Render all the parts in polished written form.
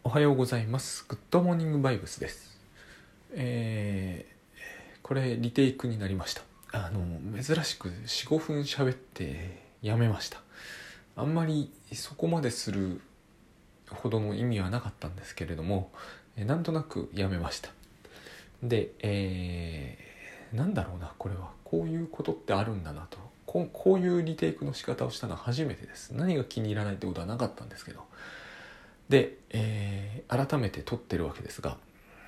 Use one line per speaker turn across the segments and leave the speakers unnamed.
おはようございます。グッドモーニングバイブスです。これリテイクになりました。珍しく 4,5 分喋ってやめました。あんまりそこまでするほどの意味はなかったんですけれども、なんとなくやめました。で、なんだろうな、これはこういうことってあるんだなと、こういうリテイクの仕方をしたのは初めてです。何が気に入らないってことはなかったんですけど、で、改めて撮ってるわけですが、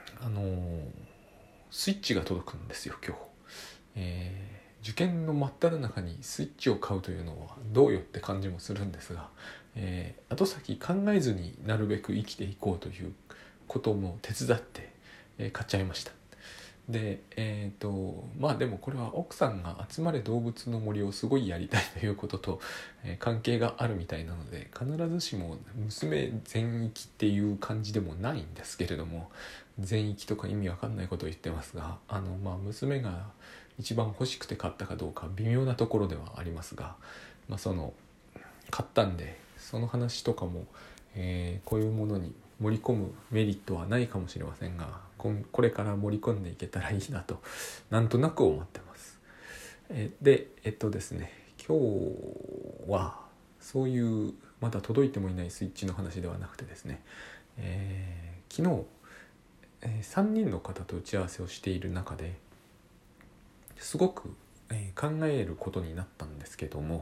スイッチが届くんですよ今日。受験の真っ只中にスイッチを買うというのはどうよって感じもするんですが、後先考えずになるべく生きていこうということも手伝って、買っちゃいました。で、でもこれは奥さんが集まれ動物の森をすごいやりたいということと、関係があるみたいなので、必ずしも娘全域っていう感じでもないんですけれども、全域とか意味わかんないことを言ってますが、娘が一番欲しくて買ったかどうか微妙なところではありますが、買ったんでその話とかも、こういうものに盛り込むメリットはないかもしれませんが、これから盛り込んでいけたらいいなとなんとなく思ってます。でですね、今日はそういうまだ届いてもいないスイッチの話ではなくてですね、昨日、3人の方と打ち合わせをしている中ですごく、考えることになったんですけども、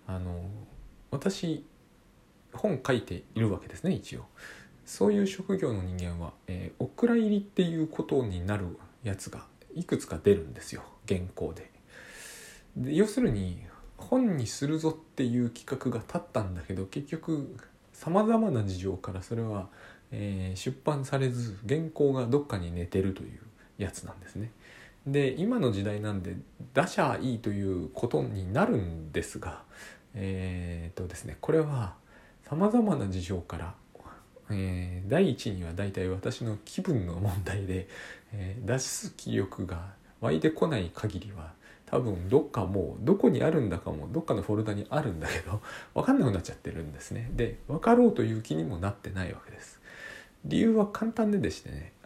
私本書いているわけですね。一応そういう職業の人間は、お蔵入りっていうことになるやつがいくつか出るんですよ、原稿で。要するに本にするぞっていう企画が立ったんだけど、結局さまざまな事情からそれは、出版されず原稿がどっかに寝てるというやつなんですね。で、今の時代なんで出しゃいいということになるんですが、ですね、これはさまざまな事情から、第一には大体私の気分の問題で、出す気力が湧いてこない限りは多分どっかもうどこにあるんだかもどっかのフォルダにあるんだけど分かんなくなっちゃってるんですね。で、分かろうという気にもなってないわけです。理由は簡単ででしてね、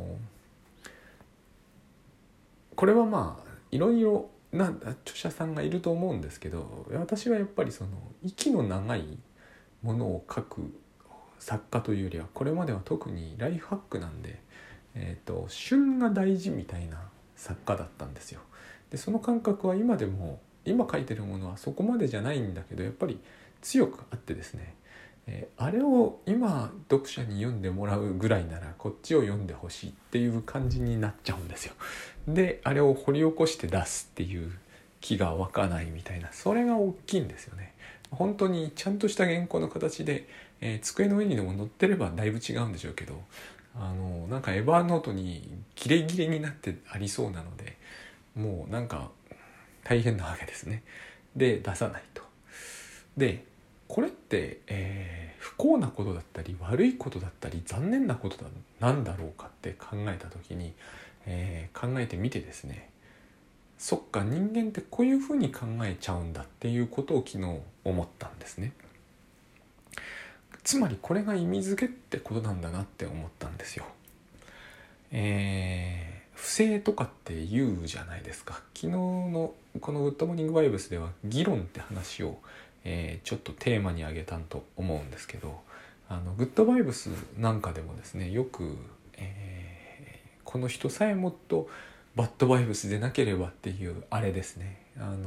これはいろいろな著者さんがいると思うんですけど、私はやっぱりその息の長いものを書く作家というよりは、これまでは特にライフハックなんで、旬が大事みたいな作家だったんですよ。で、その感覚は今でも、今書いてるものはそこまでじゃないんだけど、やっぱり強くあってですね、あれを今読者に読んでもらうぐらいならこっちを読んでほしいっていう感じになっちゃうんですよ。で、あれを掘り起こして出すっていう気が湧かないみたいな、それが大きいんですよね。本当にちゃんとした原稿の形で、机の上にでも載ってればだいぶ違うんでしょうけど、なんかエヴァーノートにギレギレになってありそうなので、もうなんか大変なわけですね。で、出さないと。で、これって、不幸なことだったり悪いことだったり残念なことなんだろうかって考えた時に、考えてみてですね、そっか、人間ってこういうふうに考えちゃうんだっていうことを昨日思ったんですね。つまりこれが意味付けってことなんだなって思ったんですよ。不正とかって言うじゃないですか。昨日のこのグッドモーニングバイブスでは議論って話を、ちょっとテーマに挙げたと思うんですけど、グッドバイブスなんかでもですね、よく、この人さえもっとバッドバイブスでなければっていうあれですね。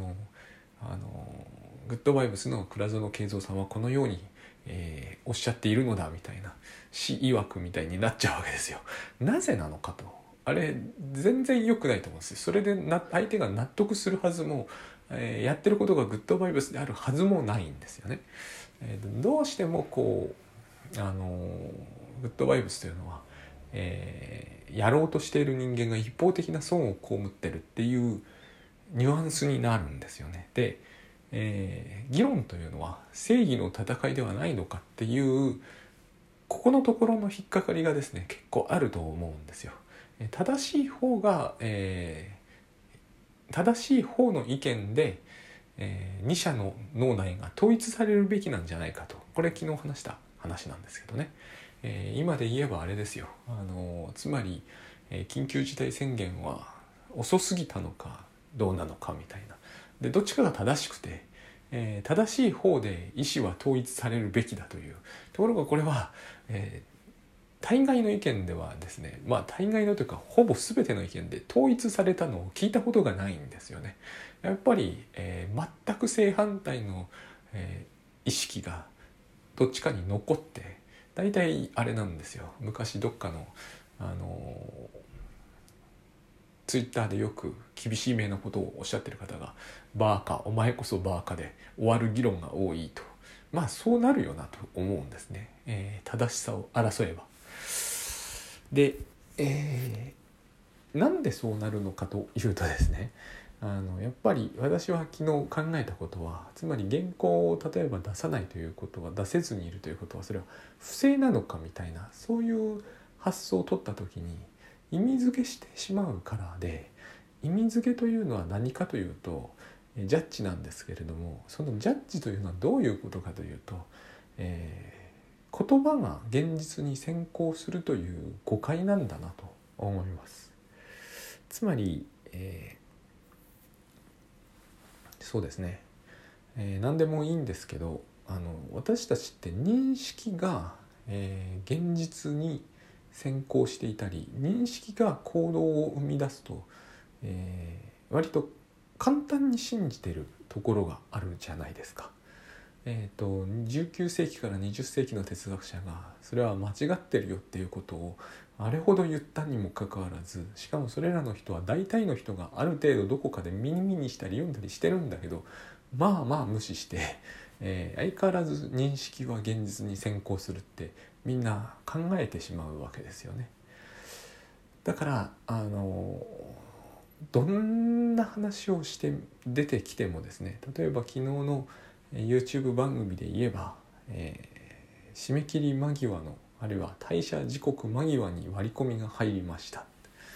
グッドバイブスの倉園慶三さんはこのように、おっしゃっているのだみたいな詩曰くみたいになっちゃうわけですよ。なぜなのかと。あれ全然良くないと思うんですよ。それで相手が納得するはずも、やってることがグッドバイブスであるはずもないんですよね。どうしてもこうグッドバイブスというのは、やろうとしている人間が一方的な損を被ってるっていうニュアンスになるんですよね。で、議論というのは正義の戦いではないのかっていうここのところの引っかかりがですね、結構あると思うんですよ。正しい方が、正しい方の意見で、二者の脳内が統一されるべきなんじゃないかと、これ昨日話した話なんですけどね。 今で言えばあれですよ、つまり、緊急事態宣言は遅すぎたのかどうなのかみたいなで、どっちかが正しくて、正しい方で意思は統一されるべきだという。ところがこれは、大概の意見ではですね、大概のというかほぼ全ての意見で統一されたのを聞いたことがないんですよね。やっぱり、全く正反対の、意識がどっちかに残って、大体あれなんですよ。昔どっかのツイッターでよく厳しいめなことをおっしゃってる方が、バーカ、お前こそバーカで終わる議論が多いと。そうなるよなと思うんですね。正しさを争えば。で、なんでそうなるのかというとですね、やっぱり私は昨日考えたことは、つまり原稿を例えば出さないということは、出せずにいるということは、それは不正なのかみたいな、そういう発想を取った時に意味付けしてしまうからで、意味付けというのは何かというとジャッジなんですけれども、そのジャッジというのはどういうことかというと、言葉が現実に先行するという誤解なんだなと思います。つまり、そうですね、何でもいいんですけど、私たちって認識が、現実に先行していたり、認識が行動を生み出すと、割と簡単に信じているところがあるじゃないですか。19世紀から20世紀の哲学者がそれは間違ってるよっていうことをあれほど言ったにもかかわらず、しかもそれらの人は大体の人がある程度どこかで耳にしたり読んだりしてるんだけど、無視して、相変わらず認識は現実に先行するってみんな考えてしまうわけですよね。だからどんな話をして出てきてもですね、例えば昨日のYouTube 番組で言えば、締め切り間際のあるいは退社時刻間際に割り込みが入りました。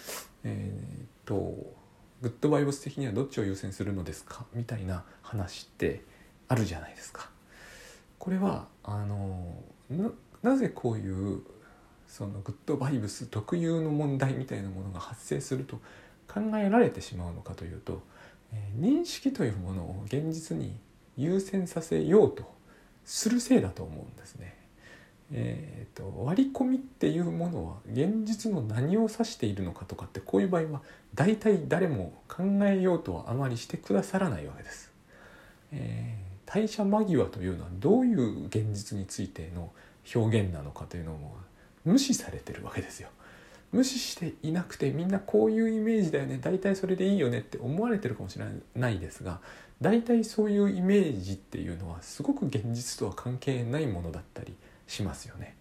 グッドバイブス的にはどっちを優先するのですかみたいな話ってあるじゃないですか。これはなぜこういうそのグッドバイブス特有の問題みたいなものが発生すると考えられてしまうのかというと、認識というものを現実に優先させようとするせいだと思うんですね。割り込みっていうものは現実の何を指しているのかとかって、こういう場合は大体誰も考えようとはあまりしてくださらないわけです。退社間際というのはどういう現実についての表現なのかというのも無視されてるわけですよ。無視していなくて、みんなこういうイメージだよね、大体それでいいよねって思われてるかもしれないですが、大体そういうイメージっていうのはすごく現実とは関係ないものだったりしますよね。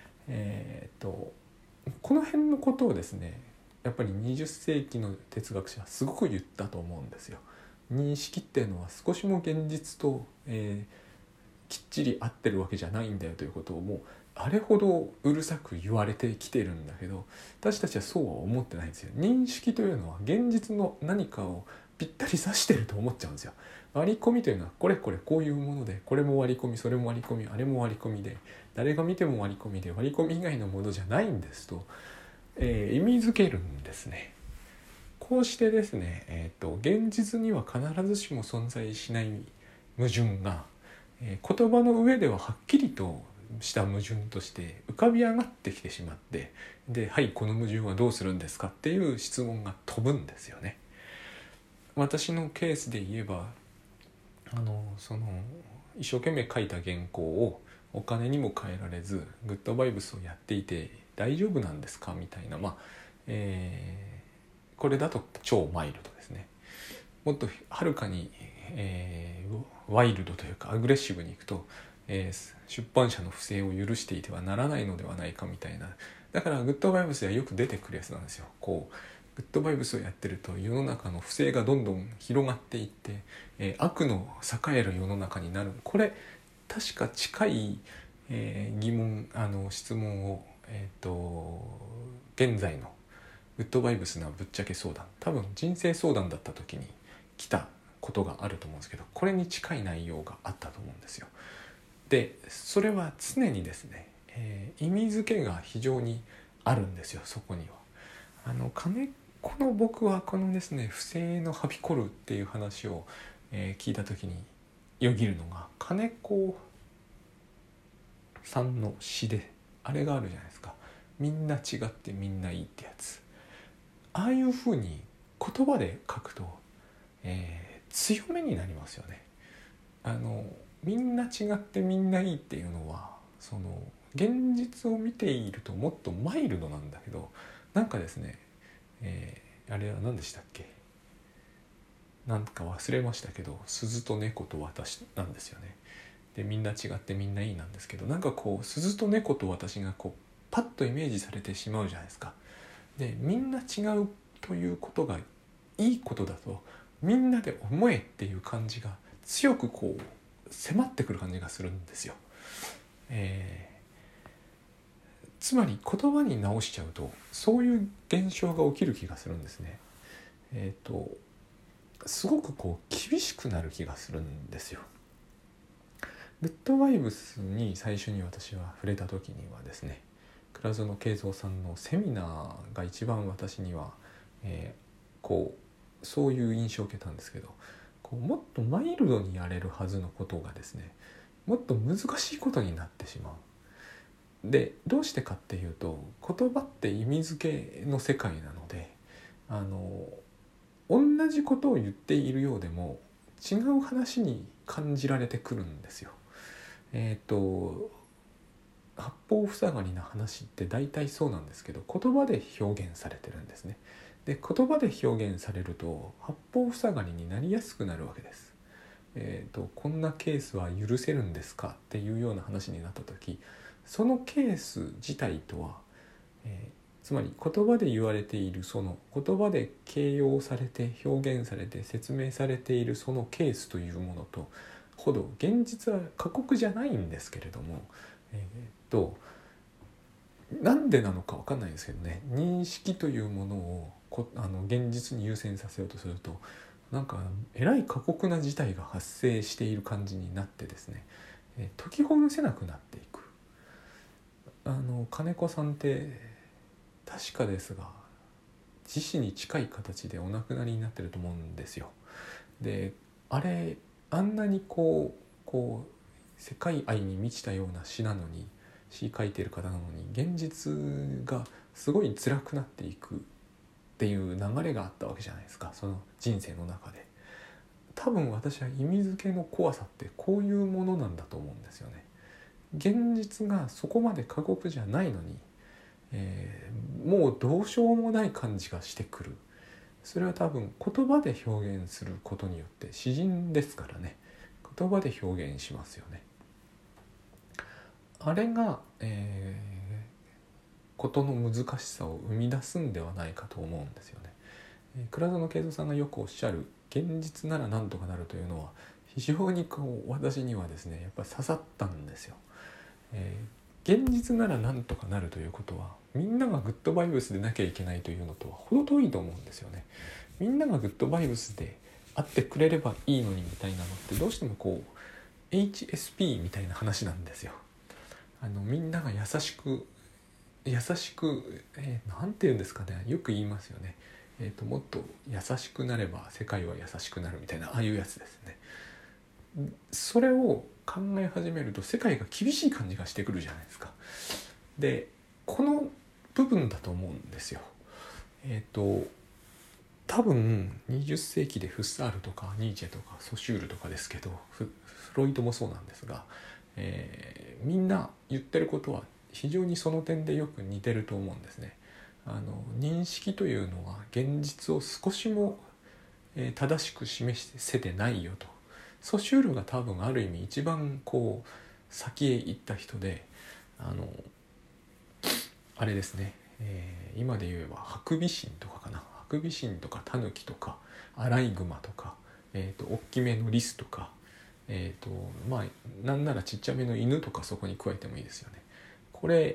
この辺のことをですね、やっぱり20世紀の哲学者はすごく言ったと思うんですよ。認識っていうのは少しも現実と、きっちり合ってるわけじゃないんだよということをもうあれほどうるさく言われてきてるんだけど、私たちはそうは思ってないんですよ。認識というのは現実の何かをぴったり指してると思っちゃうんですよ。割り込みというのはこれこういうもので、これも割り込み、それも割り込み、あれも割り込みで、誰が見ても割り込みで、割り込み以外のものじゃないんですと、意味づけるんですね。こうしてですね、現実には必ずしも存在しない矛盾が、言葉の上でははっきりとした矛盾として浮かび上がってきてしまって、で、はい、この矛盾はどうするんですかっていう質問が飛ぶんですよね。私のケースで言えば、その一生懸命書いた原稿をお金にも変えられずグッドバイブスをやっていて大丈夫なんですかみたいな、これだと超マイルドですね。もっとはるかに、ワイルドというかアグレッシブにいくと、出版社の不正を許していてはならないのではないかみたいな。だからグッドバイブスではよく出てくるやつなんですよ。こうグッドバイブスをやってると世の中の不正がどんどん広がっていって、悪の栄える世の中になる。これ確か近い、疑問質問を、現在のグッドバイブスなぶっちゃけ相談、多分人生相談だった時に来たことがあると思うんですけど、これに近い内容があったと思うんですよ。でそれは常にですね、 意味付けが非常にあるんですよ。そこには金子の僕はこのですね不正のはびこるっていう話を、聞いた時によぎるのが金子さんの詩であれがあるじゃないですか。みんな違ってみんないいってやつ。ああいう風に言葉で書くと、強めになりますよね。みんな違ってみんないいっていうのはその現実を見ているともっとマイルドなんだけど、なんかですね、あれは何でしたっけ、なんか忘れましたけど、鈴と猫と私なんですよね。でみんな違ってみんないいなんですけど、なんかこう鈴と猫と私がこうパッとイメージされてしまうじゃないですか。でみんな違うということがいいことだとみんなで思えっていう感じが強くこう迫ってくる感じがするんですよ。つまり言葉に直しちゃうとそういう現象が起きる気がするんですね。すごくこう厳しくなる気がするんですよ。グッドバイブスに最初に私は触れた時にはですね、倉園慶三さんのセミナーが一番私には、こうそういう印象を受けたんですけど、こうもっとマイルドにやれるはずのことがですね、もっと難しいことになってしまう。でどうしてかっていうと、言葉って意味付けの世界なので、同じことを言っているようでも違う話に感じられてくるんですよ。八方塞がりな話って大体そうなんですけど、言葉で表現されてるんですね。で言葉で表現されると八方塞がりになりやすくなるわけです。こんなケースは許せるんですかっていうような話になった時、そのケース自体とは、つまり言葉で言われているその言葉で形容されて表現されて説明されているそのケースというものとほど現実は過酷じゃないんですけれども、なんでなのか分かんないですけどね、認識というものを現実に優先させようとするとなんかえらい過酷な事態が発生している感じになってですね、解きほぐせなくなっていく。金子さんって確かですが自死に近い形でお亡くなりになってると思うんですよ。であんなにこう世界愛に満ちたような詩なのに、詩書いてる方なのに現実がすごい辛くなっていくっていう流れがあったわけじゃないですか、その人生の中で。多分私は意味付けの怖さってこういうものなんだと思うんですよね。現実がそこまで過酷じゃないのに、もうどうしようもない感じがしてくる。それは多分言葉で表現することによって、詩人ですからね、言葉で表現しますよね。あれが、ことの難しさを生み出すんではないかと思うんですよね。倉園慶三さんがよくおっしゃる現実ならなんとかなるというのは非常に私にはですねやっぱり刺さったんですよ。現実ならなんとかなるということはみんながグッドバイブスでなきゃいけないというのとは程遠いと思うんですよね。みんながグッドバイブスであってくれればいいのにみたいなのってどうしてもHSP みたいな話なんですよ。みんなが優しく、なんて言うんですかね、よく言いますよね。もっと優しくなれば世界は優しくなるみたいな、ああいうやつですね。それを考え始めると世界が厳しい感じがしてくるじゃないですか。でこの部分だと思うんですよ。多分20世紀でフッサールとかニーチェとかソシュールとかですけど、フロイトもそうなんですが、みんな言ってることは非常にその点でよく似てると思うんですね。認識というのは現実を少しも、正しく示せてないよと。ソシュールが多分ある意味一番先へ行った人で、あれですね、今で言えばハクビシンとかかな、ハクビシンとかタヌキとかアライグマとか、大きめのリスとか、なんならちっちゃめの犬とかそこに加えてもいいですよね。これ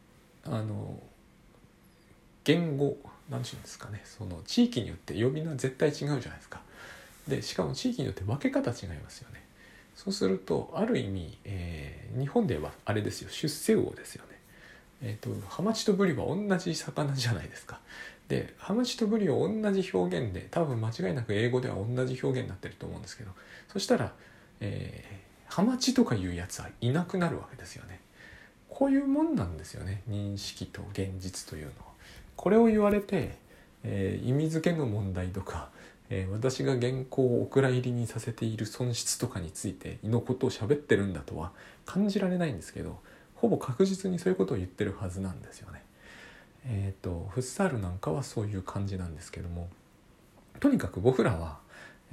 言語何て言うんですかね、その地域によって呼び名絶対違うじゃないですか。でしかも地域によって分け方違いますよね。そうするとある意味、日本ではあれですよ、出世魚ですよね。 ハマチとブリは同じ魚じゃないですか。でハマチとブリを同じ表現で多分間違いなく英語では同じ表現になってると思うんですけど、そしたら、ハマチとかいうやつはいなくなるわけですよね。こういうもんなんですよね、認識と現実というのは。これを言われて、意味付けの問題とか、私が原稿をお蔵入りにさせている損失とかについてのことを喋ってるんだとは感じられないんですけど、ほぼ確実にそういうことを言ってるはずなんですよね。フッサールなんかはそういう感じなんですけども、とにかく僕らは、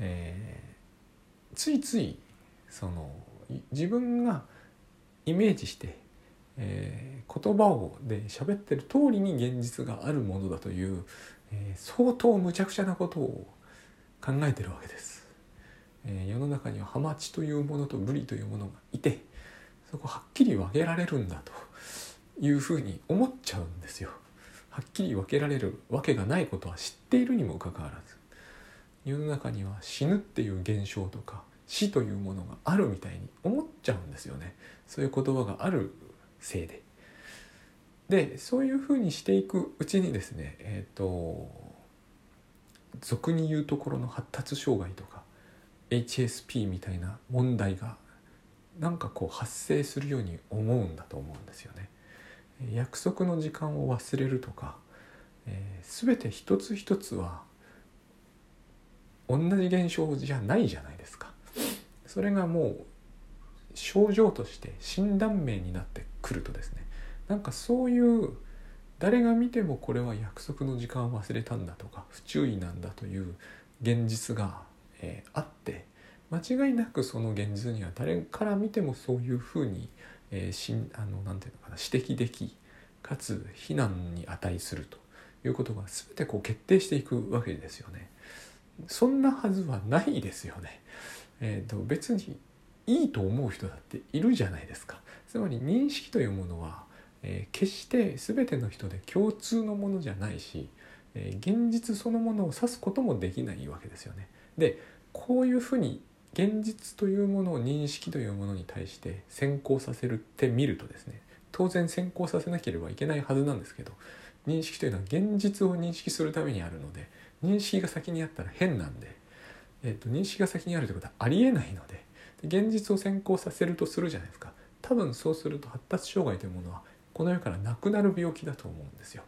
ついつい自分がイメージして、言葉で喋ってる通りに現実があるものだという、相当無茶苦茶なことを考えてるわけです。世の中にはハマチというものとブリというものがいて、そこはっきり分けられるんだというふうに思っちゃうんですよ。はっきり分けられるわけがないことは知っているにもかかわらず、世の中には死ぬっていう現象とか死というものがあるみたいに思っちゃうんですよね。そういう言葉があるせいで。でそういうふうにしていくうちにですね、俗に言うところの発達障害とか HSP みたいな問題がなんか発生するように思うんだと思うんですよね。約束の時間を忘れるとか、全て一つ一つは同じ現象じゃないじゃないですか。それがもう症状として診断名になってくるとですね、なんかそういう誰が見てもこれは約束の時間を忘れたんだとか不注意なんだという現実が、あって、間違いなくその現実には誰から見てもそういうふうに、なんていうのかな、指摘できかつ非難に値するということが全て決定していくわけですよね。そんなはずはないですよね。別にいいと思う人だっているじゃないですか。つまり認識というものは、決して全ての人で共通のものじゃないし、現実そのものを指すこともできないわけですよね。でこういうふうに現実というものを認識というものに対して先行させるってみるとですね、当然先行させなければいけないはずなんですけど、認識というのは現実を認識するためにあるので、認識が先にあったら変なんで、認識が先にあるということはありえないので、現実を先行させるとするじゃないですか。多分そうすると発達障害というものはこの世からなくなる病気だと思うんですよ。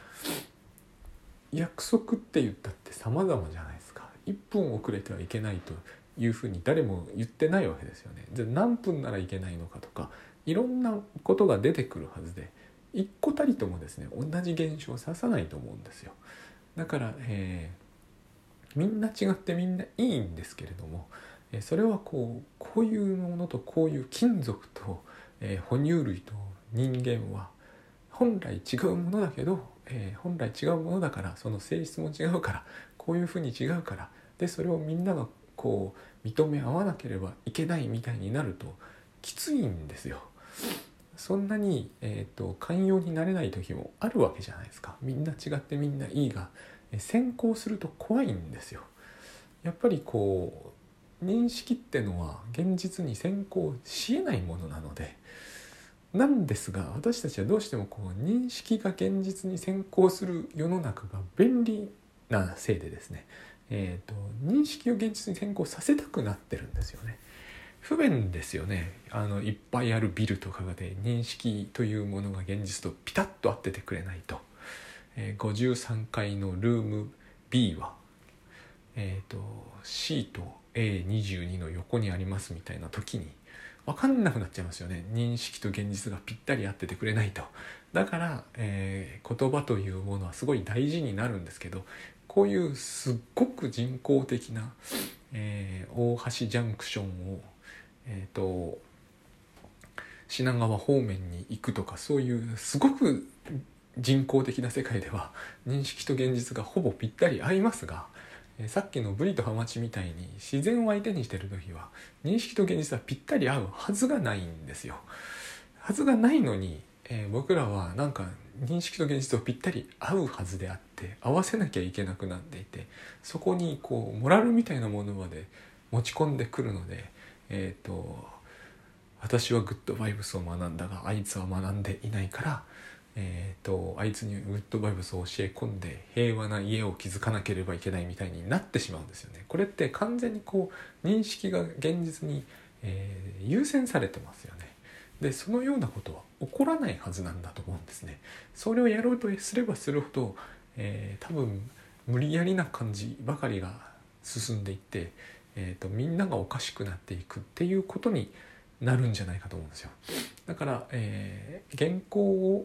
約束って言ったって様々じゃないですか。1分遅れてはいけないというふうに誰も言ってないわけですよね。じゃあ何分ならいけないのかとか、いろんなことが出てくるはずで、一個たりともですね同じ現象を指さないと思うんですよ。だから、みんな違ってみんないいんですけれども、それはこういうものとこういう金属と、哺乳類と人間は本来違うものだけど、本来違うものだから、その性質も違うから、こういうふうに違うから、でそれをみんなが認め合わなければいけないみたいになるときついんですよ。そんなに、寛容になれない時もあるわけじゃないですか。みんな違ってみんないいが、先行すると怖いんですよ。やっぱり認識ってのは現実に先行しえないものなので、なんですが私たちはどうしても認識が現実に先行する世の中が便利なせいでですね、認識を現実に先行させたくなってるんですよね。不便ですよね。いっぱいあるビルとかで認識というものが現実とピタッと合っててくれないと、53階のルーム B は、C と A22 の横にありますみたいな時に分かんなくなっちゃいますよね。認識と現実がぴったり合っててくれないと。だから、言葉というものはすごい大事になるんですけど、こういうすっごく人工的な、大橋ジャンクションを、品川方面に行くとか、そういうすごく人工的な世界では認識と現実がほぼぴったり合いますが、さっきのブリとハマチみたいに自然を相手にしてる時は認識と現実はぴったり合うはずがないんですよ。はずがないのに、僕らはなんか認識と現実とぴったり合うはずであって合わせなきゃいけなくなっていて、そこにモラルみたいなものまで持ち込んでくるので、私はグッドバイブスを学んだがあいつは学んでいないから、 あいつにグッドバイブスを教え込んで平和な家を築かなければいけないみたいになってしまうんですよね。これって完全にこう認識が現実に、優先されてますよね。でそのようなことは起こらないはずなんだと思うんですね。それをやろうとすればするほど、多分無理やりな感じばかりが進んでいって、みんながおかしくなっていくっていうことになるんじゃないかと思うんですよ。だから、原稿を、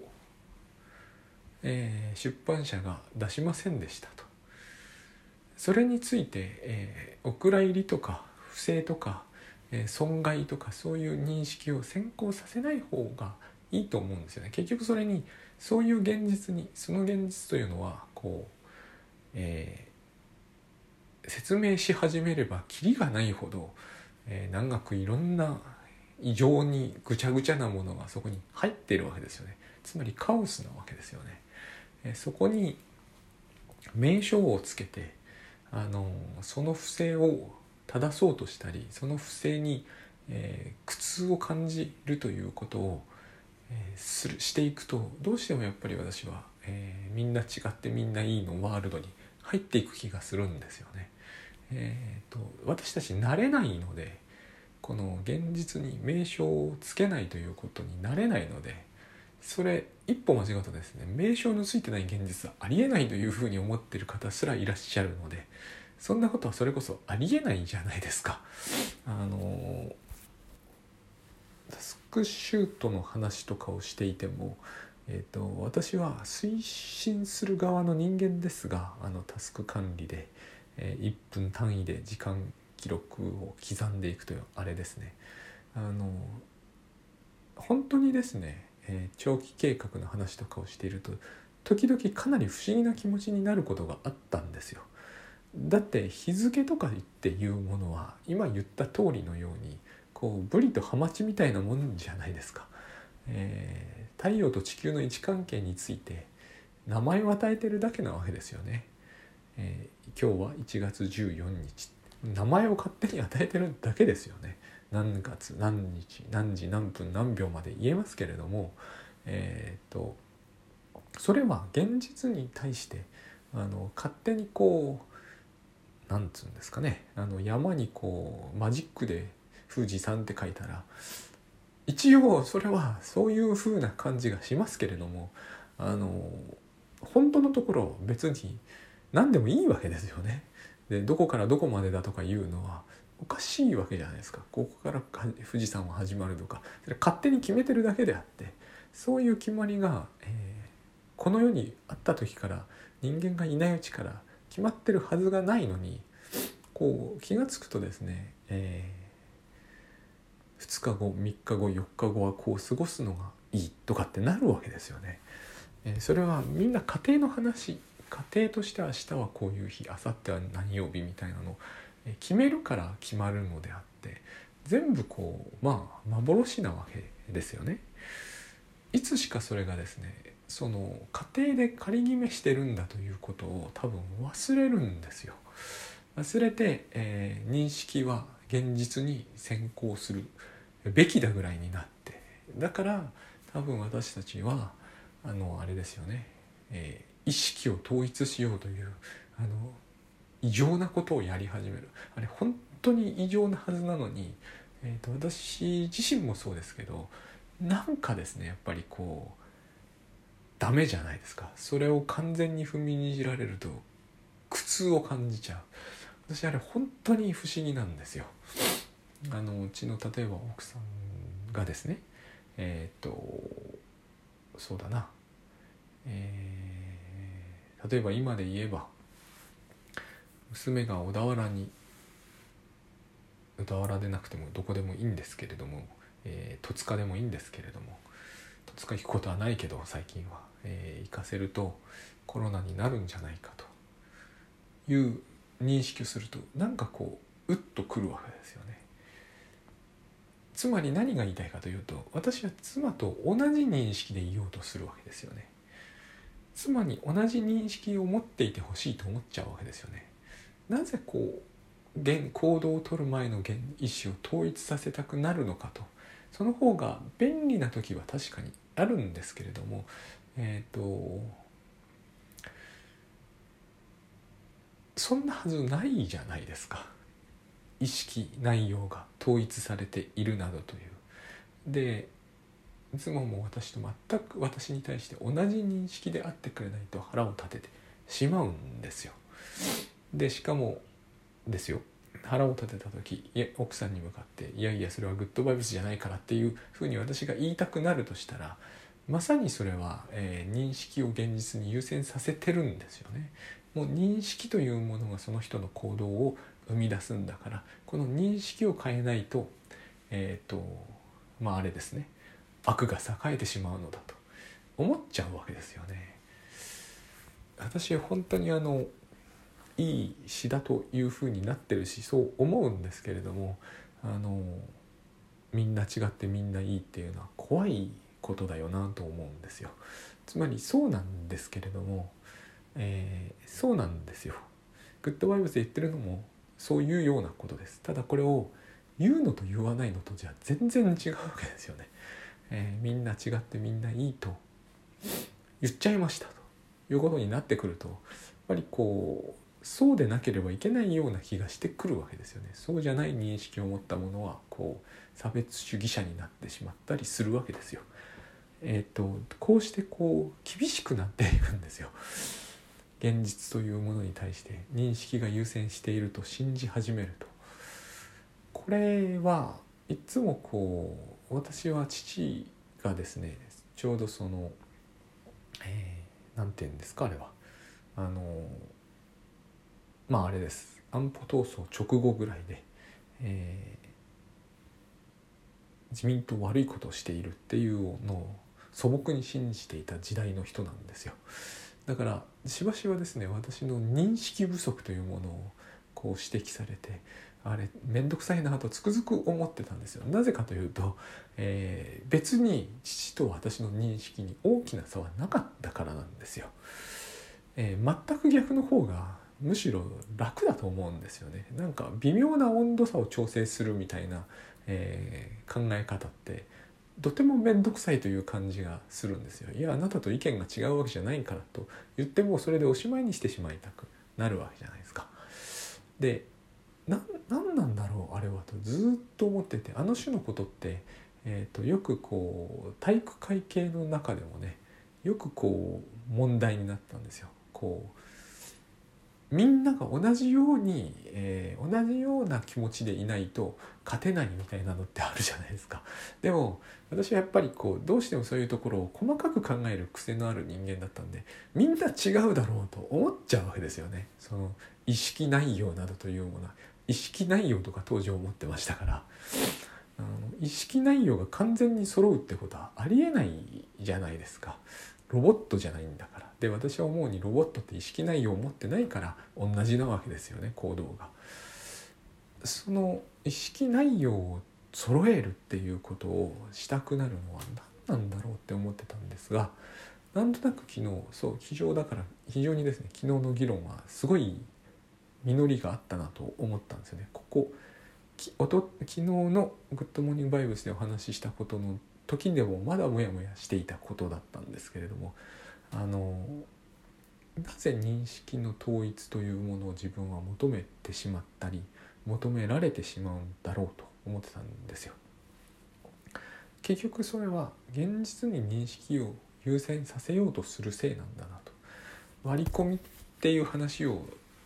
出版社が出しませんでしたと。それについて、お蔵入りとか不正とか、損害とかそういう認識を先行させない方がいいと思うんですよね。結局それにそういう現実にその現実というのはこう、説明し始めればキリがないほど、長くいろんな異常にぐちゃぐちゃなものがそこに入っているわけですよね。つまりカオスなわけですよね。そこに名称をつけてその不正を正そうとしたりその不正に、苦痛を感じるということを、していくとどうしてもやっぱり私は、みんな違ってみんないいのワールドに入っていく気がするんですよね。私たち慣れないのでこの現実に名称をつけないということに慣れないのでそれ一歩間違うとですね名称のついてない現実はありえないというふうに思っている方すらいらっしゃるのでそんなことはそれこそありえないじゃないですか。タスクシュートの話とかをしていても、私は推進する側の人間ですがタスク管理で、1分単位で時間記録を刻んでいくというあれですね。本当にですね、長期計画の話とかをしていると時々かなり不思議な気持ちになることがあったんですよ。だって日付とかっていうものは今言った通りのようにこうブリとハマチみたいなもんじゃないですか。太陽と地球の位置関係について名前を与えてるだけなわけですよね。今日は1月14日名前を勝手に与えてるだけですよね。何月何日何時何分何秒まで言えますけれども、それは現実に対して勝手にこうなんつうんですかね山にこうマジックで富士山って書いたら一応それはそういう風な感じがしますけれども本当のところ別に何でもいいわけですよね。でどこからどこまでだとかいうのはおかしいわけじゃないですか。ここから富士山は始まるとかそれ勝手に決めてるだけであってそういう決まりが、この世にあった時から人間がいないうちから決まってるはずがないのにこう気がつくとですね、2日後3日後4日後はこう過ごすのがいいとかってなるわけですよね。それはみんな家庭の話家庭として明日はこういう日明後日は何曜日みたいなのを決めるから決まるのであって全部こう幻なわけですよね。いつしかそれがですねその家庭で仮決めしてるんだということを多分忘れるんですよ。忘れて、認識は現実に先行するべきだぐらいになってだから多分私たちはあれですよね、意識を統一しようという異常なことをやり始める。あれ本当に異常なはずなのに、私自身もそうですけどなんかですねやっぱりこうダメじゃないですか。それを完全に踏みにじられると苦痛を感じちゃう。私あれ本当に不思議なんですよ。うちの例えば奥さんがですねそうだな、例えば今で言えば娘が小田原でなくてもどこでもいいんですけれども、戸塚でもいいんですけれども戸塚行くことはないけど最近は、行かせるとコロナになるんじゃないかという認識をするとなんかこううっとくるわけですよね。つまり何が言いたいかというと私は妻と同じ認識でいようとするわけですよね。妻に同じ認識を持っていてほしいと思っちゃうわけですよね。なぜこう行動を取る前の意思を統一させたくなるのかと。その方が便利な時は確かにあるんですけれども、 そんなはずないじゃないですか。意識内容が統一されているなどという。でいつも私と全く私に対して同じ認識であってくれないと腹を立ててしまうんですよ。でしかもですよ、腹を立てた時、奥さんに向かっていやいやそれはグッドバイブスじゃないからっていうふうに私が言いたくなるとしたら、まさにそれは、認識を現実に優先させてるんですよね。もう認識というものがその人の行動を生み出すんだから、この認識を変えないとあれですね、悪が栄えてしまうのだと思っちゃうわけですよね。私は本当にいい詩だというふうになってるし、そう思うんですけれども、みんな違ってみんないいっていうのは怖いことだよなと思うんですよ。つまりそうなんですけれども、そうなんですよ。グッドバイブスで言ってるのもそういうようなことです。ただこれを言うのと言わないのとじゃ全然違うわけですよね。みんな違ってみんないいと言っちゃいましたということになってくると、やっぱりそうでなければいけないような気がしてくるわけですよね。そうじゃない認識を持ったものは差別主義者になってしまったりするわけですよ。こうして厳しくなっていくんですよ。現実というものに対して認識が優先していると信じ始めると、これはいつも私は父がですね、ちょうどなんていうんですか、あれはあれです、安保闘争直後ぐらいで、自民党悪いことをしているっていうのを素朴に信じていた時代の人なんですよ。だからしばしばですね、私の認識不足というものを指摘されて、あれめんどくさいなとつくづく思ってたんですよ。なぜかというと、別に父と私の認識に大きな差はなかったからなんですよ。全く逆の方がむしろ楽だと思うんですよね。なんか微妙な温度差を調整するみたいな、考え方ってとても面倒くさいという感じがするんですよ。いやあなたと意見が違うわけじゃないからと言ってもそれでおしまいにしてしまいたくなるわけじゃないですか。で何なんだろうあれはとずっと思ってて、あの種のことって、よく体育会系の中でもね、よく問題になったんですよ。みんなが同じように、同じような気持ちでいないと勝てないみたいなのってあるじゃないですか。でも私はやっぱりどうしてもそういうところを細かく考える癖のある人間だったんで、みんな違うだろうと思っちゃうわけですよね。その意識内容などというものは、意識内容とか当時思ってましたから、意識内容が完全に揃うってことはありえないじゃないですか。ロボットじゃないんだから。で私は思うにロボットって意識内容を持ってないから同じなわけですよね、行動が。その意識内容を揃えるっていうことをしたくなるのは何なんだろうって思ってたんですが、なんとなく昨日非常にですね、昨日の議論はすごい実りがあったなと思ったんですよね。昨日のグッドモーニングバイブスでお話ししたことの時でもまだモヤモヤしていたことだったんですけれども、なぜ認識の統一というものを自分は求めてしまったり求められてしまうんだろうと思ってたんですよ。結局それは現実に認識を優先させようとするせいなんだなと。割り込みっていう話を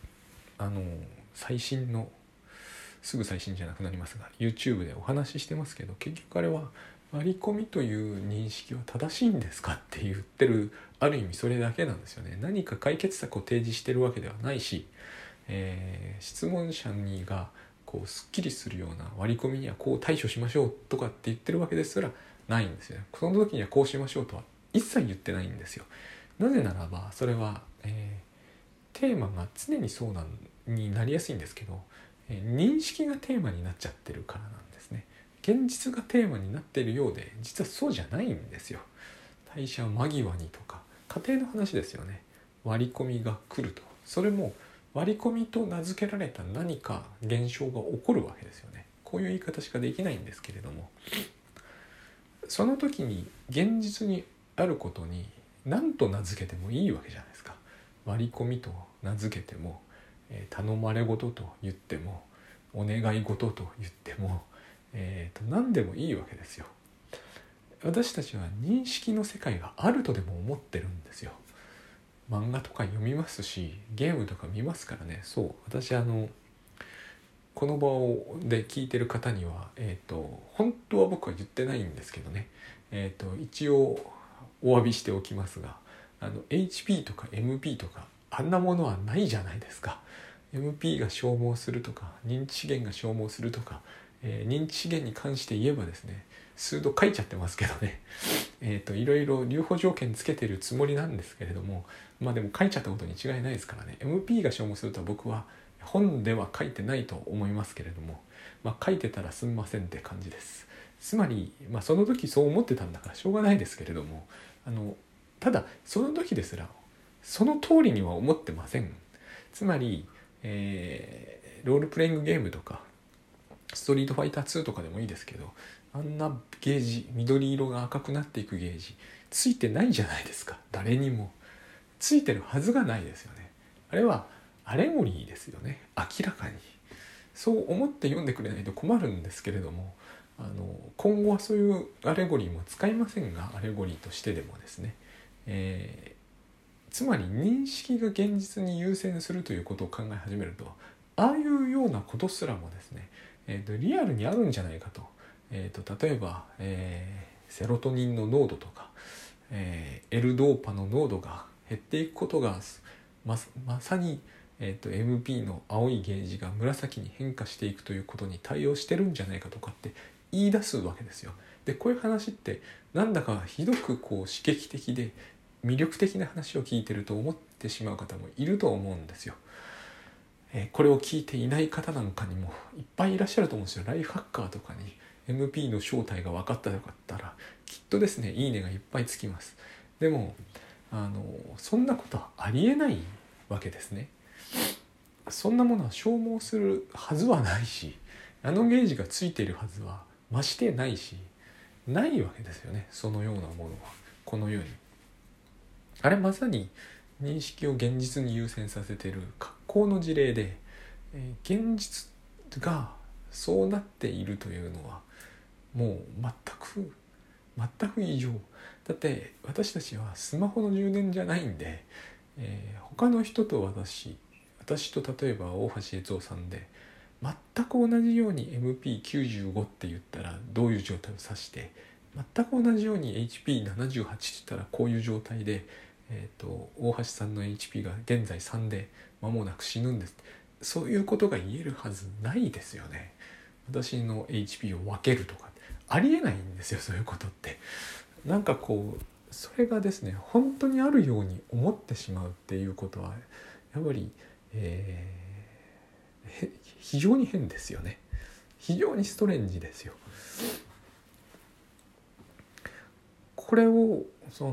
すぐ最新じゃなくなりますが YouTube でお話ししてますけど、結局あれは割り込みという認識は正しいんですかって言ってる、ある意味それだけなんですよね。何か解決策を提示してるわけではないし、質問者にがすっきりするような割り込みにはこう対処しましょうとかって言ってるわけですらないんですよね。その時にはこうしましょうとは一切言ってないんですよ。なぜならばそれは、テーマが常にになりやすいんですけど、認識がテーマになっちゃってるからなんですね。現実がテーマになっているようで実はそうじゃないんですよ。退社間際にとか家庭の話ですよね。割り込みが来ると、それも割り込みと名付けられた何か現象が起こるわけですよね。こういう言い方しかできないんですけれども、その時に現実にあることに、 何と名付けてもいいわけじゃないですか。割り込みと名付けても、頼まれ事と言っても、お願い事と言っても、何でもいいわけですよ。私たちは認識の世界があるとでも思ってるんですよ。漫画とか読みますし、ゲームとか見ますからね。そう、私この場で聞いてる方には、本当は僕は言ってないんですけどね、一応お詫びしておきますが、HP とか MP とかあんなものはないじゃないですか。MP が消耗するとか、認知資源が消耗するとか、認知資源に関して言えばですね、数度書いちゃってますけどね、いろいろ留保条件つけてるつもりなんですけれども、まあでも書いちゃったことに違いないですからね。MP が消耗するとは僕は本では書いてないと思いますけれども、書いてたらすんませんって感じです。つまり、その時そう思ってたんだからしょうがないですけれども、ただその時ですらその通りには思ってません。つまり、ロールプレイングゲームとかストリートファイター2とかでもいいですけど、あんなゲージ、緑色が赤くなっていくゲージついてないじゃないですか。誰にもついてるはずがないですよね。あれはアレゴリーですよね。明らかにそう思って読んでくれないと困るんですけれども、今後はそういうアレゴリーも使いませんが、アレゴリーとしてでもですね、つまり認識が現実に優先するということを考え始めると、ああいうようなことすらもですね、リアルにあるんじゃないかと。例えば、セロトニンの濃度とか、L ドーパの濃度が減っていくことがまさに、MP の青いゲージが紫に変化していくということに対応してるんじゃないかとかって言い出すわけですよ。でこういう話ってなんだかひどくこう刺激的で魅力的な話を聞いてると思ってしまう方もいると思うんですよ。これを聞いていない方なんかにもいっぱいいらっしゃると思うんですよ。ライフハッカーとかに MP の正体が分かったとかったらきっとですね、いいねがいっぱいつきます。でもそんなことはありえないわけですね。そんなものは消耗するはずはないし、あのゲージがついているはずは増してないし、ないわけですよね。そのようなものはこのように、あれまさに認識を現実に優先させている格好の事例で、現実がそうなっているというのはもう全く異常だって。私たちはスマホの充電じゃないんで、他の人と私と例えば大橋悦夫さんで全く同じように MP95 って言ったらどういう状態を指して、全く同じように HP78 って言ったらこういう状態で、大橋さんの HP が現在3で間もなく死ぬんです。そういうことが言えるはずないですよね。私の HP を分けるとかありえないんですよ、そういうことって。なんかこうそれがですね、本当にあるように思ってしまうっていうことはやっぱり、非常に変ですよね。非常にストレンジですよ。これを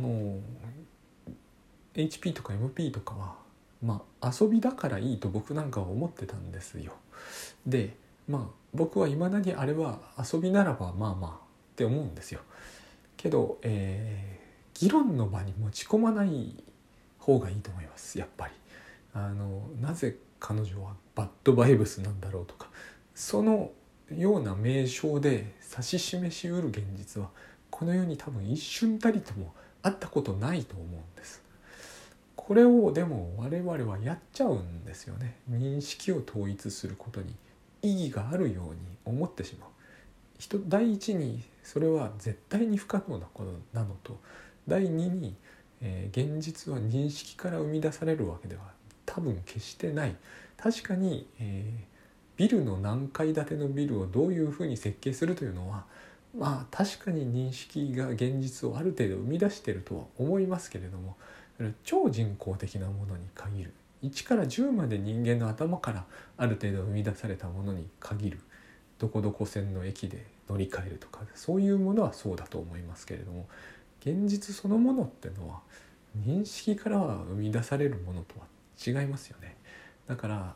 HP とか MP とかは遊びだからいいと僕なんかは思ってたんですよ。で僕は未だにあれは遊びならばって思うんですよ。けど、議論の場に持ち込まない方がいいと思います。やっぱりなぜ彼女はバッドバイブスなんだろうとか、そのような名称で指し示しうる現実はこの世に多分一瞬たりともあったことないと思うんです。これをでも我々はやっちゃうんですよね。認識を統一することに意義があるように思ってしまう。第一にそれは絶対に不可能なことなのと、第二に、現実は認識から生み出されるわけでは多分決してない。確かに、ビルの何階建てのビルをどういうふうに設計するというのは確かに認識が現実をある程度生み出しているとは思いますけれども、超人工的なものに限る。1から10まで人間の頭からある程度生み出されたものに限る。どこどこ線の駅で乗り換えるとか、そういうものはそうだと思いますけれども、現実そのものってのは認識からは生み出されるものとは違いますよね。だから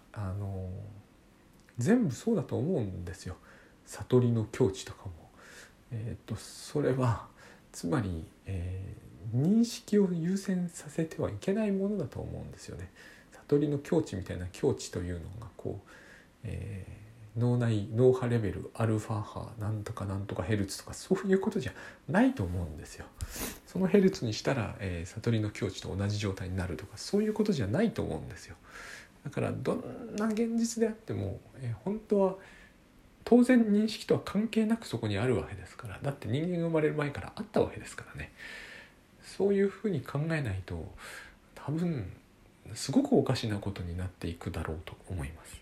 全部そうだと思うんですよ。悟りの境地とかも、それはつまり、 認識を優先させてはいけないものだと思うんですよね。悟りの境地みたいな境地というのがこう、脳波レベルアルファ波なんとかなんとかヘルツとかそういうことじゃないと思うんですよ。そのヘルツにしたら、悟りの境地と同じ状態になるとかそういうことじゃないと思うんですよ。だからどんな現実であっても、本当は当然認識とは関係なくそこにあるわけですから。だって人間が生まれる前からあったわけですからね。そういうふうに考えないと多分すごくおかしなことになっていくだろうと思います。